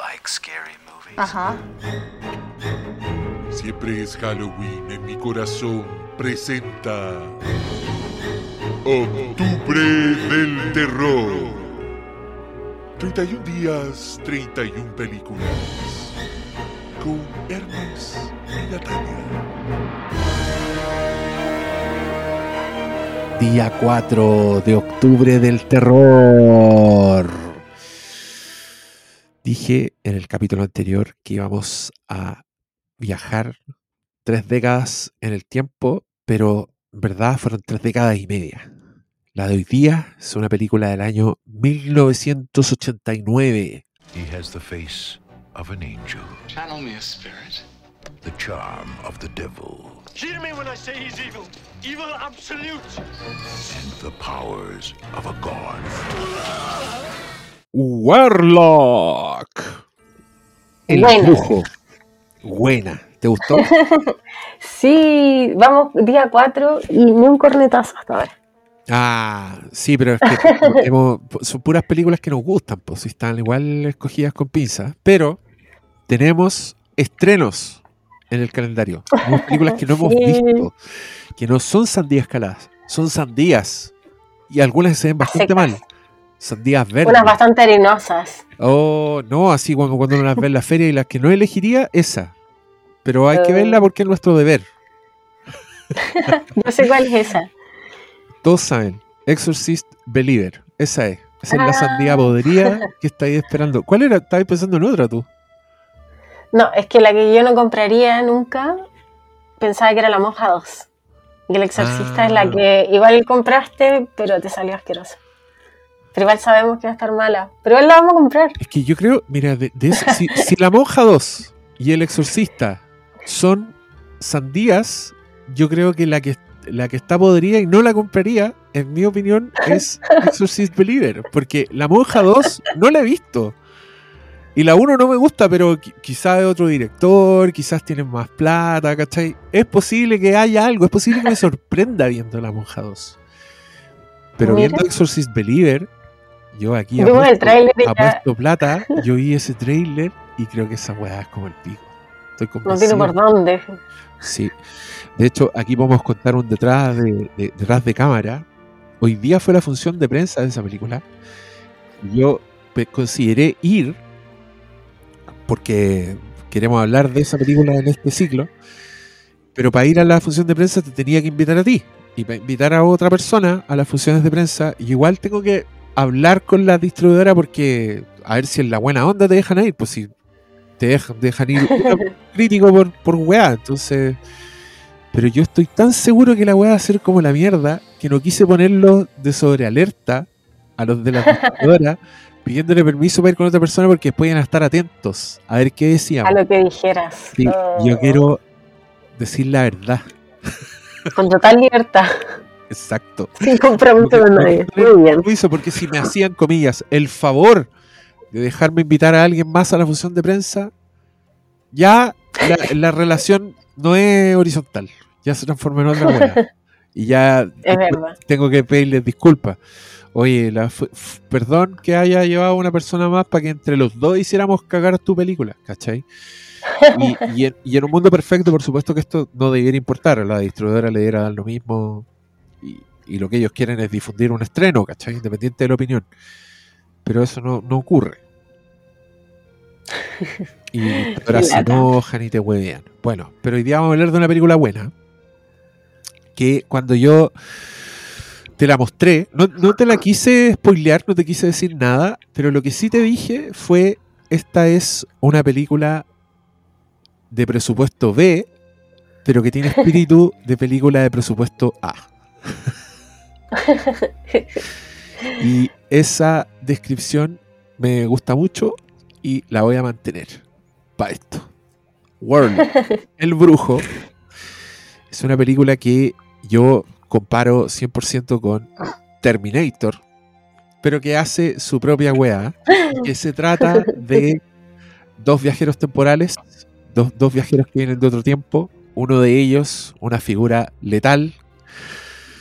Ajá. Siempre es Halloween en mi corazón. Presenta Octubre del Terror. 31 días, 31 películas. Con Hermes y Natalia. Día 4 de Octubre del Terror. Dije en el capítulo anterior que íbamos a viajar 3 décadas en el tiempo, pero en verdad fueron 3 décadas y media. La de hoy día es una película del año 1989. He has the face of an angel. Channel me a spirit. The charm of the devil. Hear me when I say he's evil. Evil absolute. And the powers of a god. Warlock. El Buena. brujo. Buena. ¿Te gustó? Sí, vamos día 4 y ni un cornetazo hasta ahora. Ah, sí, pero es que son puras películas que nos gustan, pues si están igual escogidas con pinzas. Pero tenemos estrenos en el calendario. Tenemos películas que no hemos Sí. visto, que no son sandías caladas, son sandías. Y algunas se ven bastante secas. mal. Sandías verdes. Unas bastante harinosas. Oh, no, así cuando uno las ve en la feria y las que no elegiría, esa. Pero hay que verla porque es nuestro deber. No sé cuál es esa. Todos saben. Exorcist Believer. Esa es. Esa es la sandía podrida que estáis esperando. ¿Cuál era? Estabas pensando en otra tú. No, es que la que yo no compraría nunca, pensaba que era la monja 2. Y el exorcista es la que igual compraste, pero te salió asquerosa. Pero igual sabemos que va a estar mala. Pero igual la vamos a comprar. Es que yo creo, mira, si la monja 2 y el exorcista son sandías, yo creo que la que está podrida y no la compraría, en mi opinión, es Exorcist Believer. Porque la monja 2 no la he visto. Y la 1 no me gusta, pero quizás es otro director, quizás tienen más plata, ¿cachai? Es posible que haya algo, es posible que me sorprenda viendo la monja 2. Pero Mira. viendo Exorcist Believer, yo aquí Vimos el tráiler y ya- apuesto plata, yo vi ese trailer y creo que esa weá es como el pico. Estoy No convencido. tiene por dónde. Sí. De hecho, aquí podemos contar un detrás de cámara. Hoy día fue la función de prensa de esa película. Yo consideré ir porque queremos hablar de esa película en este ciclo, pero para ir a la función de prensa te tenía que invitar a ti y para invitar a otra persona a las funciones de prensa, y igual tengo que hablar con la distribuidora porque a ver si en la buena onda te dejan ir, pues si te dejan ir crítico por weá, entonces. Pero yo estoy tan seguro que la weá va a ser como la mierda que no quise ponerlo de sobrealerta a los de la distribuidora pidiéndole permiso para ir con otra persona porque después iban a estar atentos a ver qué A decíamos. lo que dijeras. Sí, Oh. yo quiero decir la verdad. Con total libertad. Exacto. Sin compromiso con nadie. Muy bien. Permiso, porque si me hacían, comillas, el favor de dejarme invitar a alguien más a la función de prensa, ya la relación no es horizontal, ya se transforma en otra hueá. Y ya Es verdad. tengo que pedirles disculpas. Oye, perdón que haya llevado una persona más para que entre los dos hiciéramos cagar tu película, ¿cachai? Y en un mundo perfecto, por supuesto que esto no debiera importar, a la distribuidora le diera lo mismo y lo que ellos quieren es difundir un estreno, ¿cachai? Independiente de la opinión. Pero eso no ocurre. Y ahora se enojan y te huevean. Bueno, pero hoy día vamos a hablar de una película buena que cuando yo te la mostré, no te la quise spoilear, no te quise decir nada, pero lo que sí te dije fue: esta es una película de presupuesto B, pero que tiene espíritu de película de presupuesto A. Y esa descripción me gusta mucho y la voy a mantener para esto. Warlock, el brujo, es una película que yo comparo 100% con Terminator, pero que hace su propia weá, que se trata de dos viajeros temporales, dos viajeros que vienen de otro tiempo, uno de ellos una figura letal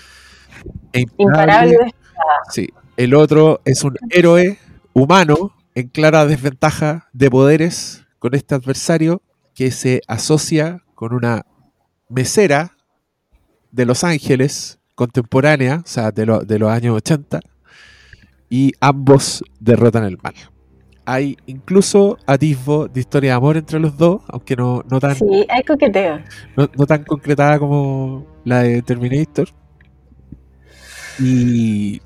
e Imparable. Sí. El otro es un héroe humano en clara desventaja de poderes con este adversario que se asocia con una mesera de Los Ángeles contemporánea, o sea, de los años 80, y ambos derrotan el mal. Hay incluso atisbo de historia de amor entre los dos, aunque no tan, Sí, hay coqueteo. no tan concretada como la de Terminator. Y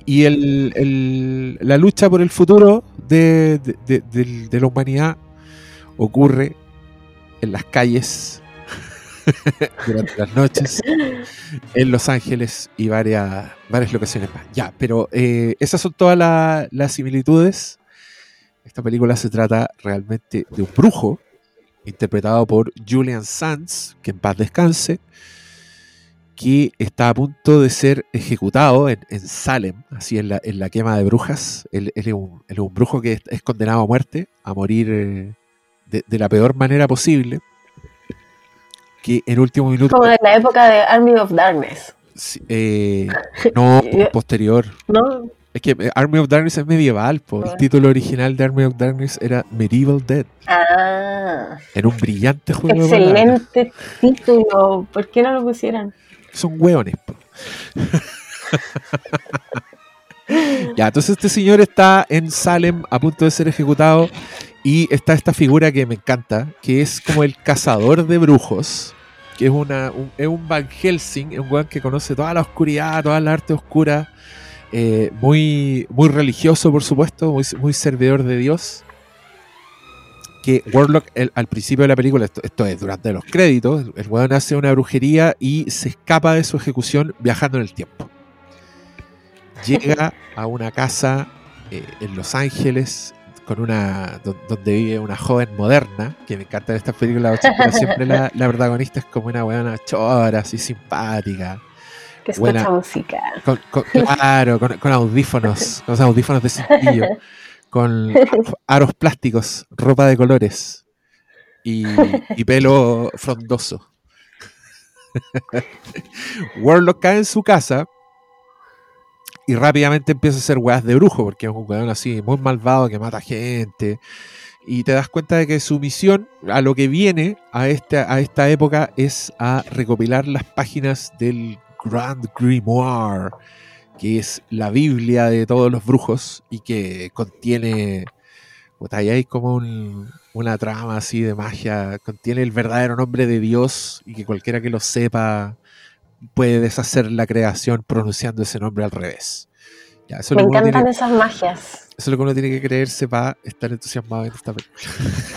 la lucha por el futuro de la humanidad ocurre en las calles durante las noches en Los Ángeles y varias locaciones más. Ya, pero esas son todas las similitudes. Esta película se trata realmente de un brujo interpretado por Julian Sands, que en paz descanse, que está a punto de ser ejecutado en Salem, así en la quema de brujas. Él es un brujo que es condenado a muerte, a morir de la peor manera posible, que en último minuto... Como de la época de Army of Darkness. No, posterior. ¿No? Es que Army of Darkness es medieval, pues. El título original de Army of Darkness era Medieval Dead. Ah. En un brillante juego de palabras. Excelente título. ¿Por qué no lo pusieran? Son hueones, po. Ya, entonces este señor está en Salem a punto de ser ejecutado y está esta figura que me encanta, que es como el cazador de brujos, que es un Van Helsing, un weón que conoce toda la oscuridad, toda la arte oscura, muy, muy religioso, por supuesto, muy servidor de Dios. Que Warlock, al principio de la película, esto es durante los créditos, el weón hace una brujería y se escapa de su ejecución viajando en el tiempo. Llega a una casa en Los Ángeles donde vive una joven moderna, que me encanta en estas películas, pero siempre la protagonista es como una weona chora, así simpática. Que escucha música. Claro, con audífonos, con esos audífonos de cintillo, con aros plásticos, ropa de colores y pelo frondoso. Warlock cae en su casa y rápidamente empieza a hacer weas de brujo, porque es un weón así muy malvado que mata gente. Y te das cuenta de que su misión, a lo que viene a esta época, es a recopilar las páginas del Grand Grimoire, que es la Biblia de todos los brujos y que contiene, ahí hay como una trama así de magia, contiene el verdadero nombre de Dios y que cualquiera que lo sepa puede deshacer la creación pronunciando ese nombre al revés. Ya, me encantan esas magias. Eso es lo que uno tiene que creerse para estar entusiasmado en esta película.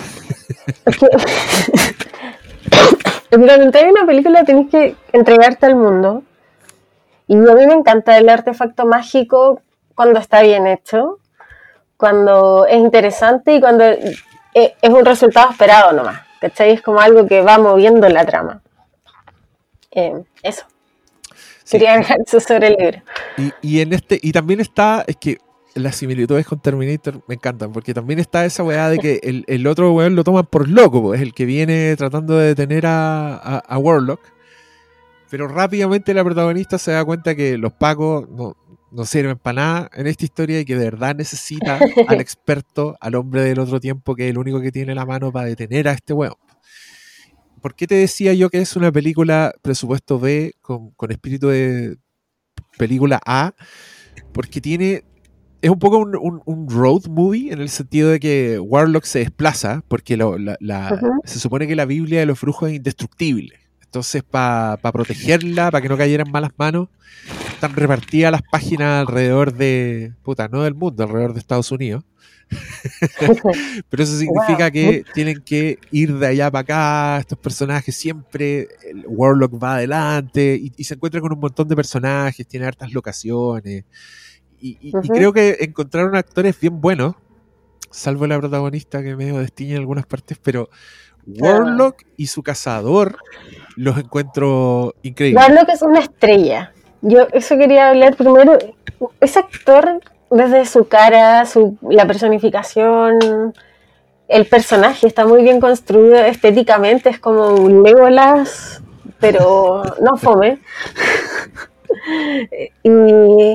Durante una película tenés que entregarte al mundo. Y a mí me encanta el artefacto mágico cuando está bien hecho, cuando es interesante y cuando es un resultado esperado nomás. ¿Cachai? Es como algo que va moviendo la trama. Eso. Sí. Quería agregar eso sobre el libro. Y también está, es que las similitudes con Terminator me encantan, porque también está esa weá de que el otro weón lo toman por loco, pues, es el que viene tratando de detener a Warlock. Pero rápidamente la protagonista se da cuenta que los pacos no sirven para nada en esta historia y que de verdad necesita al experto, al hombre del otro tiempo, que es el único que tiene la mano para detener a este weón. ¿Por qué te decía yo que es una película presupuesto B con espíritu de película A? Porque es un poco un road movie en el sentido de que Warlock se desplaza porque se supone que la Biblia de los brujos es indestructible. Entonces, para protegerla, para que no cayera en malas manos, están repartidas las páginas alrededor de... no del mundo, alrededor de Estados Unidos. Pero eso significa que tienen que ir de allá para acá, estos personajes siempre, el Warlock va adelante y se encuentra con un montón de personajes, tiene hartas locaciones y creo que encontraron actores bien buenos, salvo la protagonista que medio destiña en algunas partes, pero Warlock y su cazador los encuentro increíbles. Warlock es una estrella. Yo eso quería hablar primero. Ese actor, desde su cara, la personificación, el personaje está muy bien construido estéticamente, es como un Legolas, pero no fome.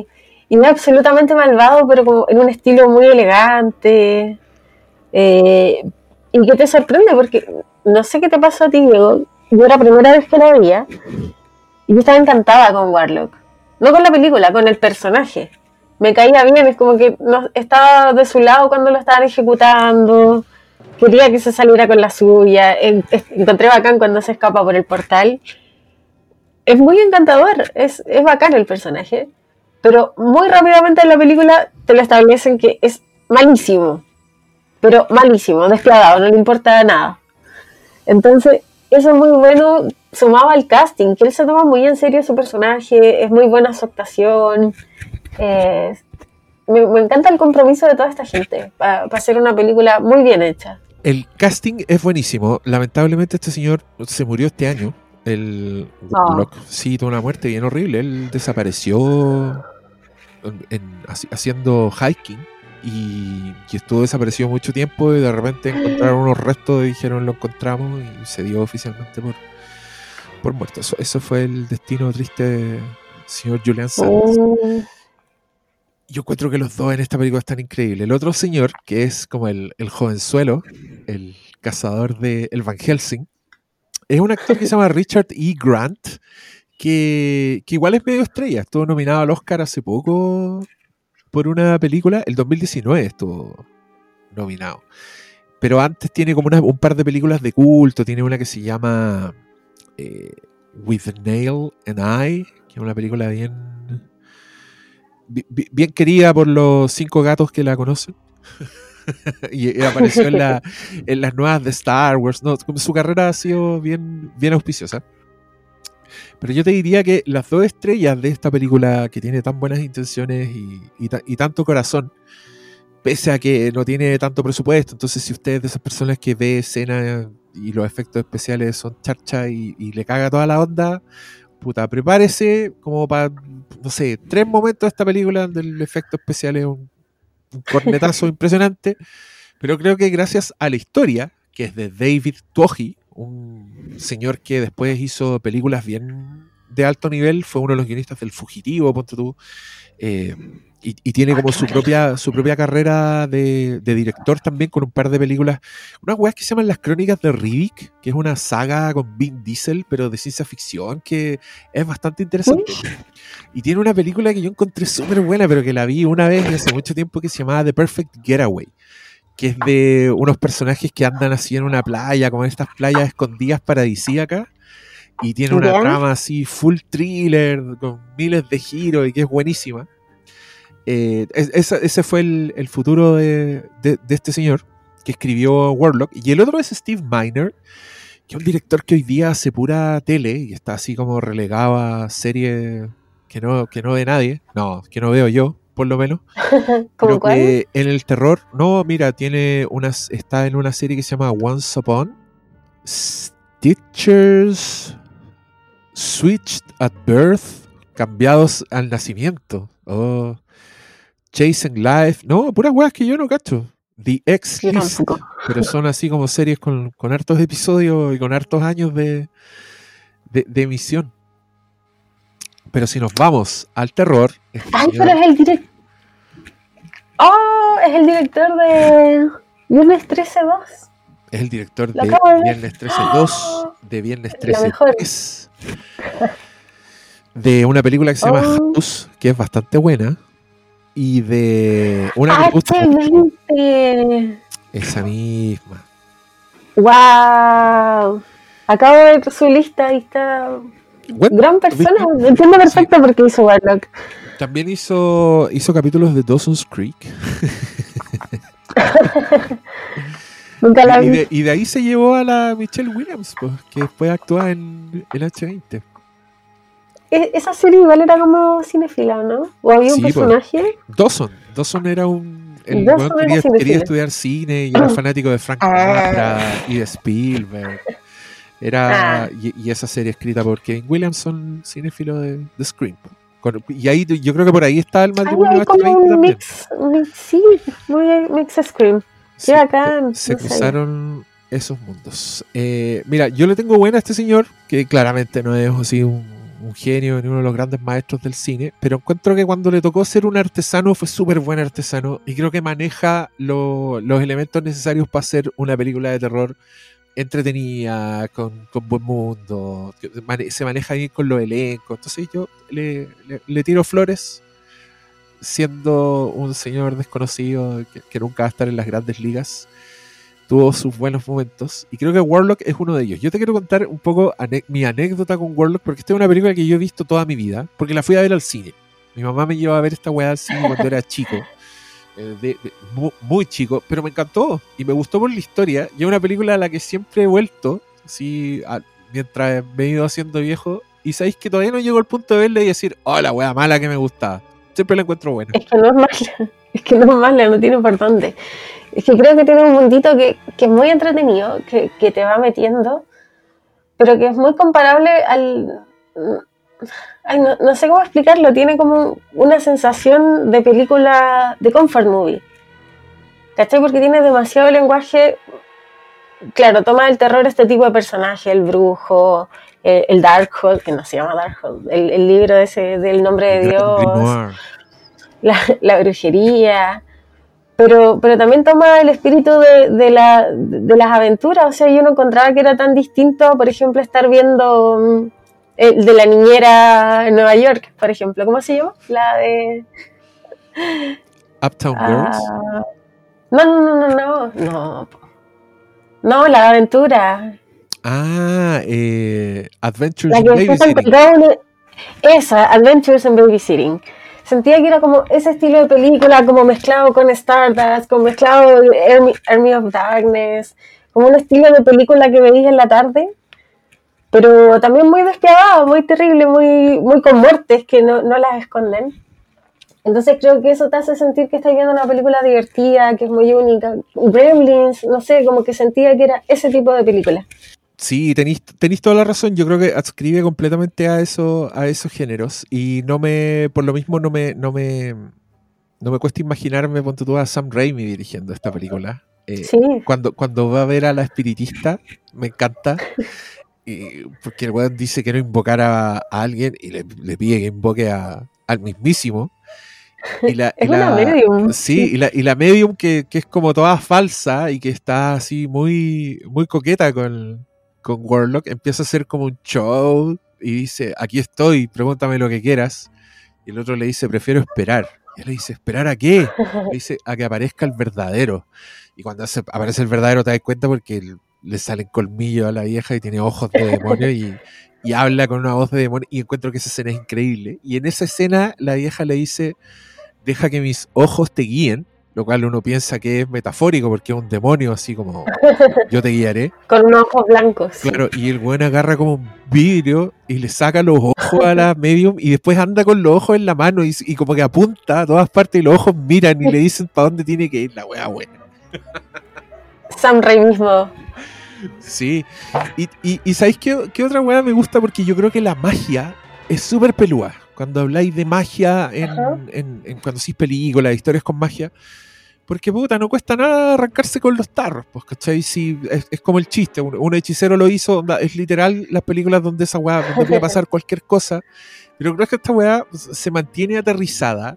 y es absolutamente malvado, pero como en un estilo muy elegante. Y que te sorprende, porque no sé qué te pasó a ti, Diego. Yo era la primera vez que la veía y yo estaba encantada con Warlock. No con la película, con el personaje. Me caía bien, es como que no, estaba de su lado cuando lo estaban ejecutando. Quería que se saliera con la suya. Encontré bacán cuando se escapa por el portal. Es muy encantador, es bacán el personaje. Pero muy rápidamente en la película te lo establecen que es malísimo. Pero malísimo, despiadado, no le importa nada. Entonces, eso es muy bueno, sumado al casting, que él se toma muy en serio su personaje, es muy buena su actuación. Me encanta el compromiso de toda esta gente para hacer una película muy bien hecha. El casting es buenísimo. Lamentablemente este señor se murió este año. El Warlock, sí, tuvo una muerte bien horrible. Él desapareció haciendo hiking y estuvo desaparecido mucho tiempo y de repente encontraron unos restos y dijeron lo encontramos y se dio oficialmente por muerto. Eso fue el destino triste del señor Julian Sands. Yo encuentro que los dos en esta película están increíbles. El otro señor, que es como el jovenzuelo, el cazador de el Van Helsing, es un actor que se llama Richard E. Grant, que igual es medio estrella. Estuvo nominado al Oscar hace poco por una película. El 2019 estuvo nominado. Pero antes tiene como un par de películas de culto. Tiene una que se llama With a Nail and I, que es una película bien querida por los 5 gatos que la conocen. Y apareció en las nuevas de Star Wars. No, su carrera ha sido bien auspiciosa. Pero yo te diría que las dos estrellas de esta película, que tiene tan buenas intenciones y tanto corazón, pese a que no tiene tanto presupuesto, entonces si usted es de esas personas que ve escenas y los efectos especiales son charcha y le caga toda la onda, puta, prepárese como para, no sé, 3 momentos de esta película donde el efecto especial es un cornetazo impresionante, pero creo que gracias a la historia, que es de David Twohy, un señor que después hizo películas bien de alto nivel, fue uno de los guionistas del Fugitivo, ponte tú, y tiene como su propia carrera de director también, con un par de películas, unas weas que se llaman Las Crónicas de Riddick, que es una saga con Vin Diesel, pero de ciencia ficción, que es bastante interesante. Y tiene una película que yo encontré súper buena, pero que la vi una vez hace mucho tiempo, que se llamaba The Perfect Getaway, que es de unos personajes que andan así en una playa, como en estas playas escondidas paradisíacas, y tiene una trama así full thriller, con miles de giros, y que es buenísima. Ese fue el futuro de este señor que escribió Warlock. Y el otro es Steve Miner, que es un director que hoy día hace pura tele y está así como relegado a series que no ve nadie. No, que no veo yo, por lo menos. ¿Cómo cuál? Que en el terror, no, mira, está en una serie que se llama Once Upon, Stitchers Switched at Birth, cambiados al nacimiento. Chasing Life, no, puras weas que yo no cacho. The X-List, pero son así como series con hartos episodios y con hartos años de emisión. Pero si nos vamos al terror... Pero es el director... ¡Oh! Es el director de Viernes 13-2. Es el director de Viernes 13-2, de Viernes 13-3, de una película que se llama House, que es bastante buena, y de una que me gusta mucho. Esa misma. ¡Wow! Acabo de ver su lista y está... Bueno, gran persona, entiendo perfecto por qué hizo Warlock. También hizo capítulos de Dawson's Creek. Nunca la vi. Y de ahí se llevó a la Michelle Williams, pues, que después actúa en el H20. Esa serie igual era como cinefila, ¿no? ¿O había un personaje? Dawson era el weón quería estudiar cine y era fanático de Frank Capra y de Spielberg. Y esa serie escrita por Kevin Williams, son cinéfilos de Scream. Y ahí yo creo que por ahí está el matrimonio. Hay como un mix, sí, muy mix Scream. Sí, se cruzaron esos mundos. Mira, yo le tengo buena a este señor, que claramente no es así un un genio, ni uno de los grandes maestros del cine, pero encuentro que cuando le tocó ser un artesano fue súper buen artesano y creo que maneja los elementos necesarios para hacer una película de terror entretenida, con buen mundo, se maneja bien con los elencos. Entonces yo le tiro flores, siendo un señor desconocido que nunca va a estar en las grandes ligas. Tuvo sus buenos momentos y creo que Warlock es uno de ellos. Yo te quiero contar un poco mi anécdota con Warlock, porque esta es una película que yo he visto toda mi vida, porque la fui a ver al cine. Mi mamá me llevó a ver esta weá al cine cuando era chico, muy chico, pero me encantó y me gustó por la historia. Y es una película a la que siempre he vuelto, así, mientras me he ido haciendo viejo, y sabéis que todavía no llego al punto de verla y decir, oh, la weá mala que me gustaba. Siempre la encuentro buena. Es que no es mala, no tiene por dónde. Es que creo que tiene un mundito que es muy entretenido, que te va metiendo, pero que es muy comparable al... Ay, no sé cómo explicarlo, tiene como una sensación de película de comfort movie. ¿Cachai? Porque tiene demasiado lenguaje. Claro, toma el terror este tipo de personaje, el brujo, el Darkhold, que no se llama Darkhold, el libro ese del nombre de Dios, la brujería. Pero también toma el espíritu de las aventuras. O sea, yo no encontraba que era tan distinto, por ejemplo, estar viendo el de la niñera en Nueva York, por ejemplo. ¿Cómo se llama? La de... Uptown Girls. No, la de aventura. Adventures in Babysitting. Esa, Adventures in Babysitting. Sentía que era como ese estilo de película, como mezclado con Stardust, como mezclado Army of Darkness, como un estilo de película que veías en la tarde, pero también muy despiadado, muy terrible, muy con muertes que no las esconden. Entonces creo que eso te hace sentir que estás viendo una película divertida, que es muy única. Gremlins, no sé, como que sentía que era ese tipo de película. Sí, tenéis toda la razón. Yo creo que adscribe completamente a esos géneros y por lo mismo no me cuesta imaginarme, ponte tú, a Sam Raimi dirigiendo esta película. Sí. Cuando va a ver a la espiritista, me encanta, porque el weón dice que no invocar a alguien y le pide que invoque al mismísimo. Es una medium. Sí, y la medium que es como toda falsa y que está así muy, muy coqueta con Warlock, empieza a hacer como un show y dice, aquí estoy, pregúntame lo que quieras. Y el otro le dice, prefiero esperar. Y él le dice, ¿esperar a qué? Le dice, a que aparezca el verdadero. Y cuando aparece el verdadero te das cuenta porque le salen colmillos a la vieja y tiene ojos de demonio y habla con una voz de demonio, y encuentro que esa escena es increíble. Y en esa escena la vieja le dice, deja que mis ojos te guíen, lo cual uno piensa que es metafórico porque es un demonio, así como yo te guiaré. Con unos ojos blancos. Claro, y el buen agarra como un vidrio y le saca los ojos a la medium y después anda con los ojos en la mano y como que apunta a todas partes y los ojos miran y le dicen para dónde tiene que ir la wea buena. Sam Raimi mismo. Sí, y ¿sabéis qué otra wea me gusta? Porque yo creo que la magia es súper pelúa. Cuando habláis de magia cuando hacéis películas, historias con magia, porque puta, no cuesta nada arrancarse con los tarros, pues, ¿cachai? Si, es como el chiste, un hechicero lo hizo, es literal las películas donde esa weá, donde puede pasar cualquier cosa, pero creo que esta weá se mantiene aterrizada,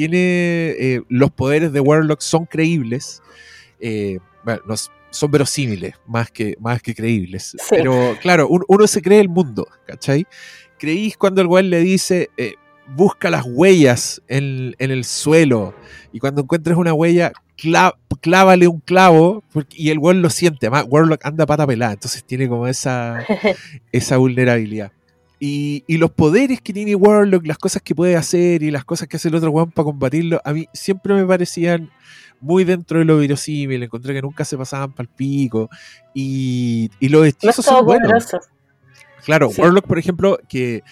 los poderes de Warlock son creíbles, bueno, son verosímiles, más que creíbles, sí. Pero claro, uno se cree el mundo, ¿cachai? Creís cuando el weón le dice, busca las huellas en el suelo, y cuando encuentres una huella, clávale un clavo, y el weón lo siente. Además, Warlock anda pata pelada, entonces tiene como esa vulnerabilidad. Y los poderes que tiene Warlock, las cosas que puede hacer y las cosas que hace el otro weón para combatirlo, a mí siempre me parecían muy dentro de lo verosímil. Encontré que nunca se pasaban pa'l pico, y los hechizos son buenos. Claro, sí. Warlock, por ejemplo, que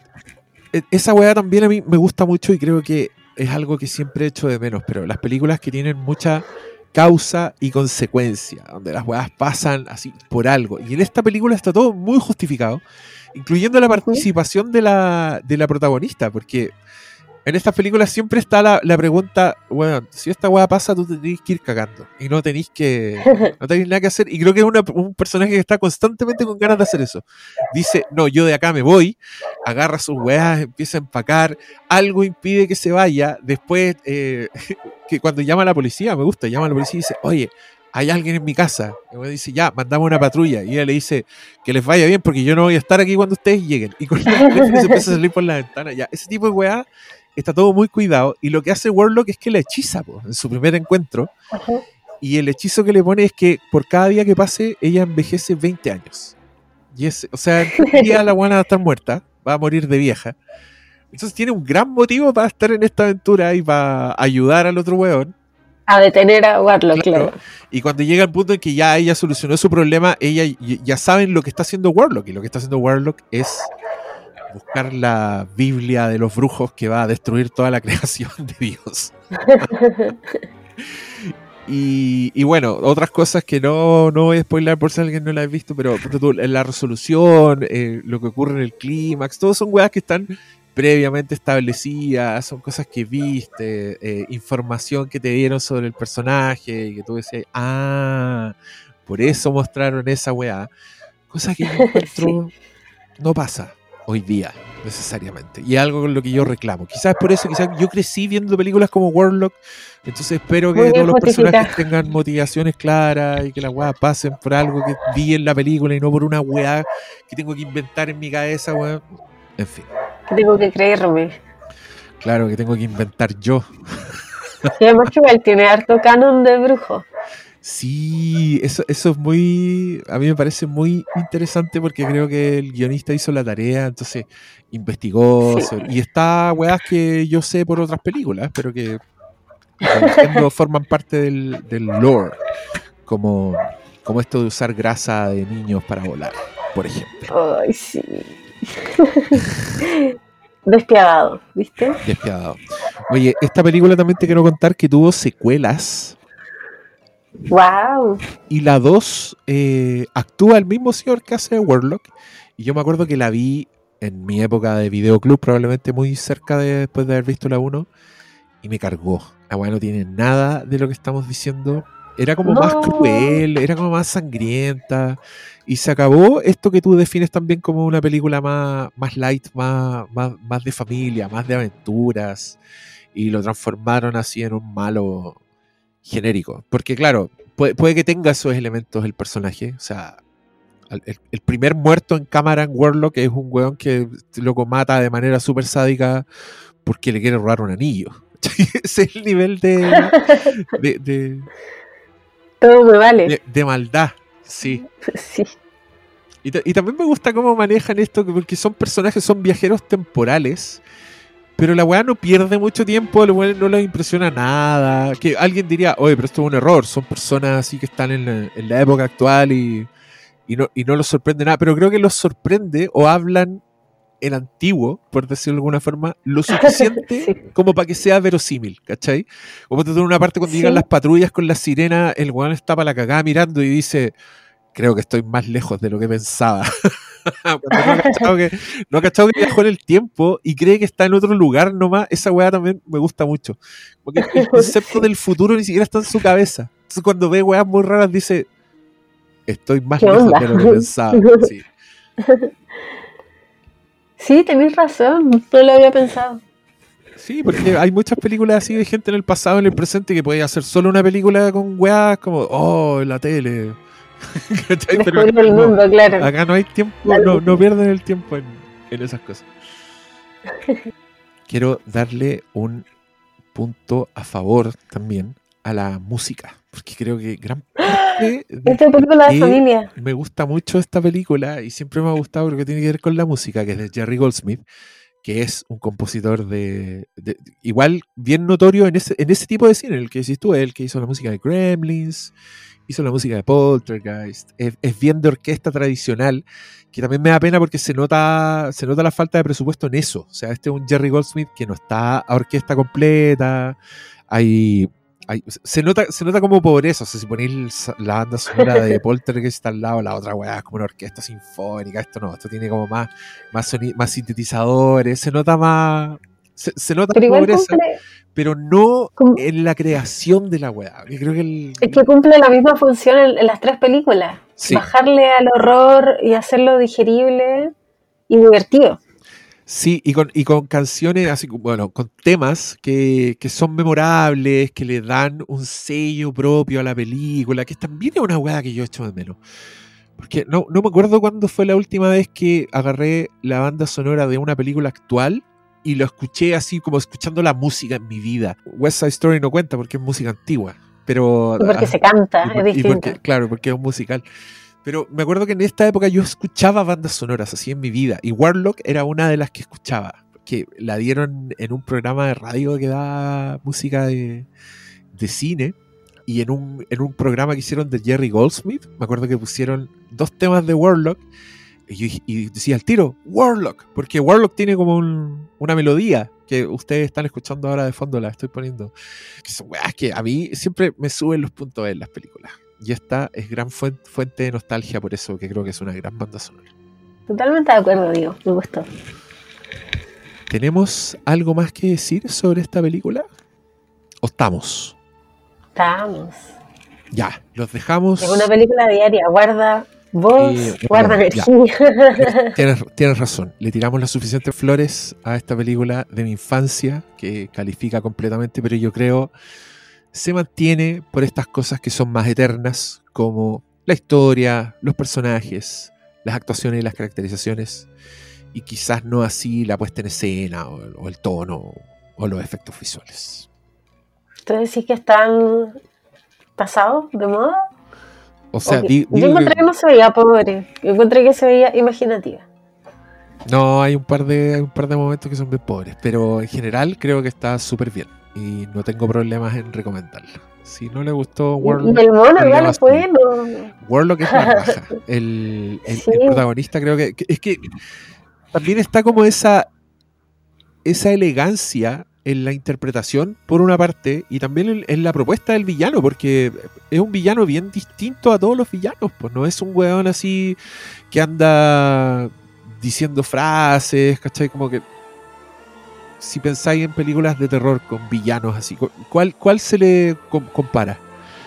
esa weá también a mí me gusta mucho y creo que es algo que siempre he hecho de menos, pero las películas que tienen mucha causa y consecuencia, donde las weas pasan así por algo, y en esta película está todo muy justificado, incluyendo la participación de la protagonista, porque En estas películas siempre está la pregunta, bueno, si esta weá pasa, tú tenés que ir cagando. Y no tenéis nada que hacer. Y creo que es un personaje que está constantemente con ganas de hacer eso. Dice, no, yo de acá me voy, agarra sus weas, empieza a empacar, algo impide que se vaya. Después, que cuando llama a la policía, me gusta, llama a la policía y dice, oye, hay alguien en mi casa. Y uno dice, ya, mandamos una patrulla. Y ella le dice, que les vaya bien porque yo no voy a estar aquí cuando ustedes lleguen. Y con el teléfono se empieza a salir por la ventana. Ya, ese tipo de weá está todo muy cuidado. Y lo que hace Warlock es que la hechiza en su primer encuentro. Ajá. Y el hechizo que le pone es que por cada día que pase, ella envejece 20 años. Y o sea, en 3 días la buena va a estar muerta, va a morir de vieja. Entonces tiene un gran motivo para estar en esta aventura y para ayudar al otro weón. A detener a Warlock, claro. Y cuando llega el punto en que ya ella solucionó su problema, ella ya saben lo que está haciendo Warlock. Y lo que está haciendo Warlock es buscar la Biblia de los brujos que va a destruir toda la creación de Dios. Y bueno, otras cosas que no voy a spoiler por si alguien no la ha visto, pero la resolución, lo que ocurre en el clímax, todos son weas que están previamente establecidas, son cosas que viste, información que te dieron sobre el personaje y que tú decías, por eso mostraron esa wea. Cosa que yo encuentro no pasa hoy día necesariamente, y es algo con lo que yo reclamo. Quizás por eso, quizás yo crecí viendo películas como Warlock, entonces espero que todos los personajes tengan motivaciones claras y que las weas pasen por algo que vi en la película y no por una wea que tengo que inventar en mi cabeza, weón. En fin. Que tengo que creerme. Claro, que tengo que inventar yo. Y además que igual tiene harto canon de brujo. Sí, eso es muy, a mí me parece muy interesante porque creo que el guionista hizo la tarea, entonces investigó y está weas que yo sé por otras películas, pero que forman parte del lore, como esto de usar grasa de niños para volar, por ejemplo. Ay, sí. Despiadado, ¿viste? Despiadado. Oye, esta película también te quiero contar que tuvo secuelas. Wow. Y la 2 actúa el mismo señor que hace Warlock. Y yo me acuerdo que la vi en mi época de videoclub, probablemente muy cerca después de haber visto la 1. Y me cargó. La weá no tiene nada de lo que estamos diciendo. Era como más cruel, era como más sangrienta. Y se acabó esto que tú defines también como una película más light, más de familia, más de aventuras. Y lo transformaron así en un malo genérico. Porque claro, puede que tenga esos elementos el personaje. O sea, el primer muerto en cámara en Warlock es un weón que loco mata de manera súper sádica porque le quiere robar un anillo. Ese es el nivel de todo me vale. De maldad, sí. Sí. Y también me gusta cómo manejan esto, porque son personajes, son viajeros temporales, pero la weá no pierde mucho tiempo, la weá no les impresiona nada. Que alguien diría, oye, pero esto es un error, son personas así que están en la época actual y no los sorprende nada, pero creo que los sorprende o hablan el antiguo, por decirlo de alguna forma, lo suficiente como para que sea verosímil, ¿cachai? Como te en una parte cuando llegan las patrullas con la sirena, el weón está para la cagada mirando y dice, creo que estoy más lejos de lo que pensaba. Cuando no ha cachado que viajó en el tiempo y cree que está en otro lugar nomás, esa weá también me gusta mucho. Porque el concepto del futuro ni siquiera está en su cabeza. Entonces cuando ve weas muy raras dice, estoy más lejos de lo que pensaba. Sí. Sí, tenés razón, no lo había pensado. Sí, porque hay muchas películas así de gente en el pasado, en el presente, que puede hacer solo una película con weas como, oh, en la tele. Pero el mundo, claro. Acá no hay tiempo, no pierden el tiempo en esas cosas. Quiero darle un punto a favor también a la música, porque creo que gran parte esta película de familia. Me gusta mucho esta película y siempre me ha gustado porque tiene que ver con la música, que es de Jerry Goldsmith, que es un compositor de igual bien notorio en ese tipo de cine, el que decís tú, el que hizo la música de Gremlins, hizo la música de Poltergeist, es bien de orquesta tradicional, que también me da pena porque se nota la falta de presupuesto en eso. O sea, este es un Jerry Goldsmith que no está a orquesta completa, se nota como pobreza. O sea, si ponéis la banda sonora de Poltergeist al lado, la otra weá es como una orquesta sinfónica. Esto no, esto tiene como más sintetizadores, se nota Se nota Pero la igual pobreza, cumple, pero no cum- en la creación de la weá. Yo creo que es que cumple la misma función en las tres películas. sí, Bajarle al horror y hacerlo digerible y divertido. sí, y con canciones así, bueno, con temas que son memorables, que le dan un sello propio a la película, que también es una weá que yo echo de menos. Porque no me acuerdo cuándo fue la última vez que agarré la banda sonora de una película actual y lo escuché así como escuchando la música en mi vida. West Side Story no cuenta porque es música antigua, pero Y porque se canta, es y porque, distinto. claro, porque es un musical. Pero me acuerdo que en esta época yo escuchaba bandas sonoras así en mi vida y Warlock era una de las que escuchaba, que la dieron en un programa de radio que da música de cine y en un programa que hicieron de Jerry Goldsmith, me acuerdo que pusieron 2 temas de Warlock y decía al tiro, Warlock, porque Warlock tiene como una melodía que ustedes están escuchando ahora de fondo, la estoy poniendo, que son weas que a mí siempre me suben los puntos en las películas. Y esta es gran fuente de nostalgia, por eso que creo que es una gran banda sonora. Totalmente de acuerdo, digo, me gustó. ¿Tenemos algo más que decir sobre esta película? ¿O estamos? Estamos. Ya, los dejamos. Es una película diaria, guarda voz, guarda ya. energía. Tienes razón. Le tiramos las suficientes flores a esta película de mi infancia, que califica completamente, pero yo creo se mantiene por estas cosas que son más eternas, como la historia, los personajes, las actuaciones y las caracterizaciones, y quizás no así la puesta en escena, o el tono, o los efectos visuales. ¿Tú decís que están pasados de moda? O sea, Yo encontré que no se veía pobre, yo encontré que se veía imaginativa. no, hay un par de momentos que son bien pobres, pero en general creo que está súper bien y no tengo problemas en recomendarla. Si no le gustó Warlock, Y el mono igual problema es suyo. bueno. Warlock es la raja. El Sí. protagonista creo que es que también está como esa elegancia en la interpretación por una parte y también en la propuesta del villano, porque es un villano bien distinto a todos los villanos, pues no es un weón así que anda diciendo frases, ¿cachai? Como que si pensáis en películas de terror con villanos así, ¿cuál se le compara?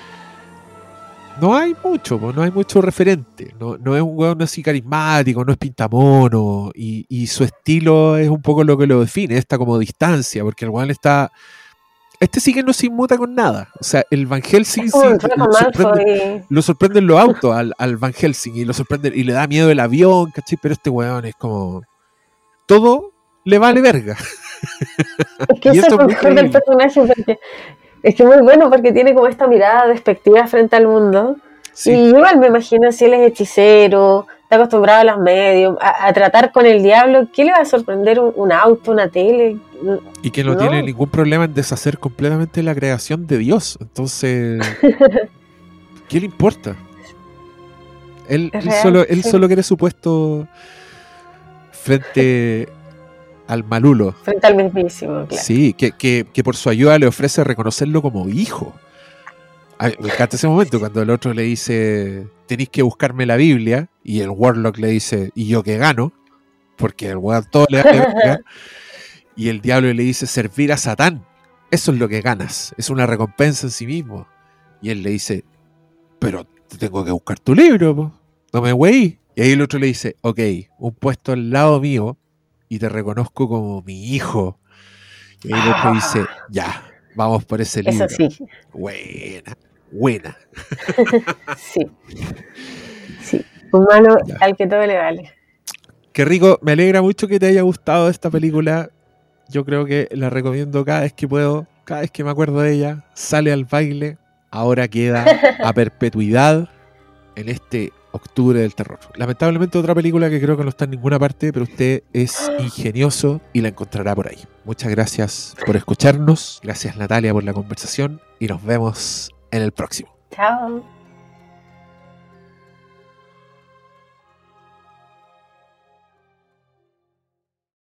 No hay mucho, no hay mucho referente. No es un weón así carismático, no es pintamono. Y su estilo es un poco lo que lo define, esta como distancia, porque el weón está. Este sí que no se inmuta con nada. O sea, el Van Helsing Es como un Draco Malfoy. lo sorprenden los autos al Van Helsing y lo sorprende y le da miedo el avión, ¿cachai? Pero este weón es como. Todo le vale verga. Es que Y eso es eso lo es muy mejor del creíble. personaje, porque es que es muy bueno porque tiene como esta mirada despectiva frente al mundo. Sí. Y igual me imagino si él es hechicero, está acostumbrado a los medios, a tratar con el diablo, ¿qué le va a sorprender un auto, una tele? Y que no tiene ningún problema en deshacer completamente la creación de Dios. Entonces, ¿qué le importa? Él real, sí. solo quiere su puesto frente al Malulo. Frente al mismísimo, claro. Sí, que por su ayuda le ofrece reconocerlo como hijo. Ay, me encanta ese momento cuando el otro le dice, tenéis que buscarme la Biblia, y el Warlock le dice, ¿y yo qué gano? Porque el weón todo le da verga. Y el diablo le dice, servir a Satán. Eso es lo que ganas. Es una recompensa en sí mismo. Y él le dice, pero te tengo que buscar tu libro, po. No me güey. Y ahí el otro le dice, ok, un puesto al lado mío y te reconozco como mi hijo. Y ahí el otro dice, ya, vamos por ese libro. Eso sí, Buena. sí. Humano Ya. al que todo le vale. Qué rico, me alegra mucho que te haya gustado esta película. Yo creo que la recomiendo cada vez que puedo, cada vez que me acuerdo de ella. Sale al baile, ahora queda a perpetuidad en este octubre del terror. Lamentablemente otra película que creo que no está en ninguna parte, pero usted es ingenioso y la encontrará por ahí. Muchas gracias por escucharnos, gracias Natalia por la conversación y nos vemos en el próximo. Chao.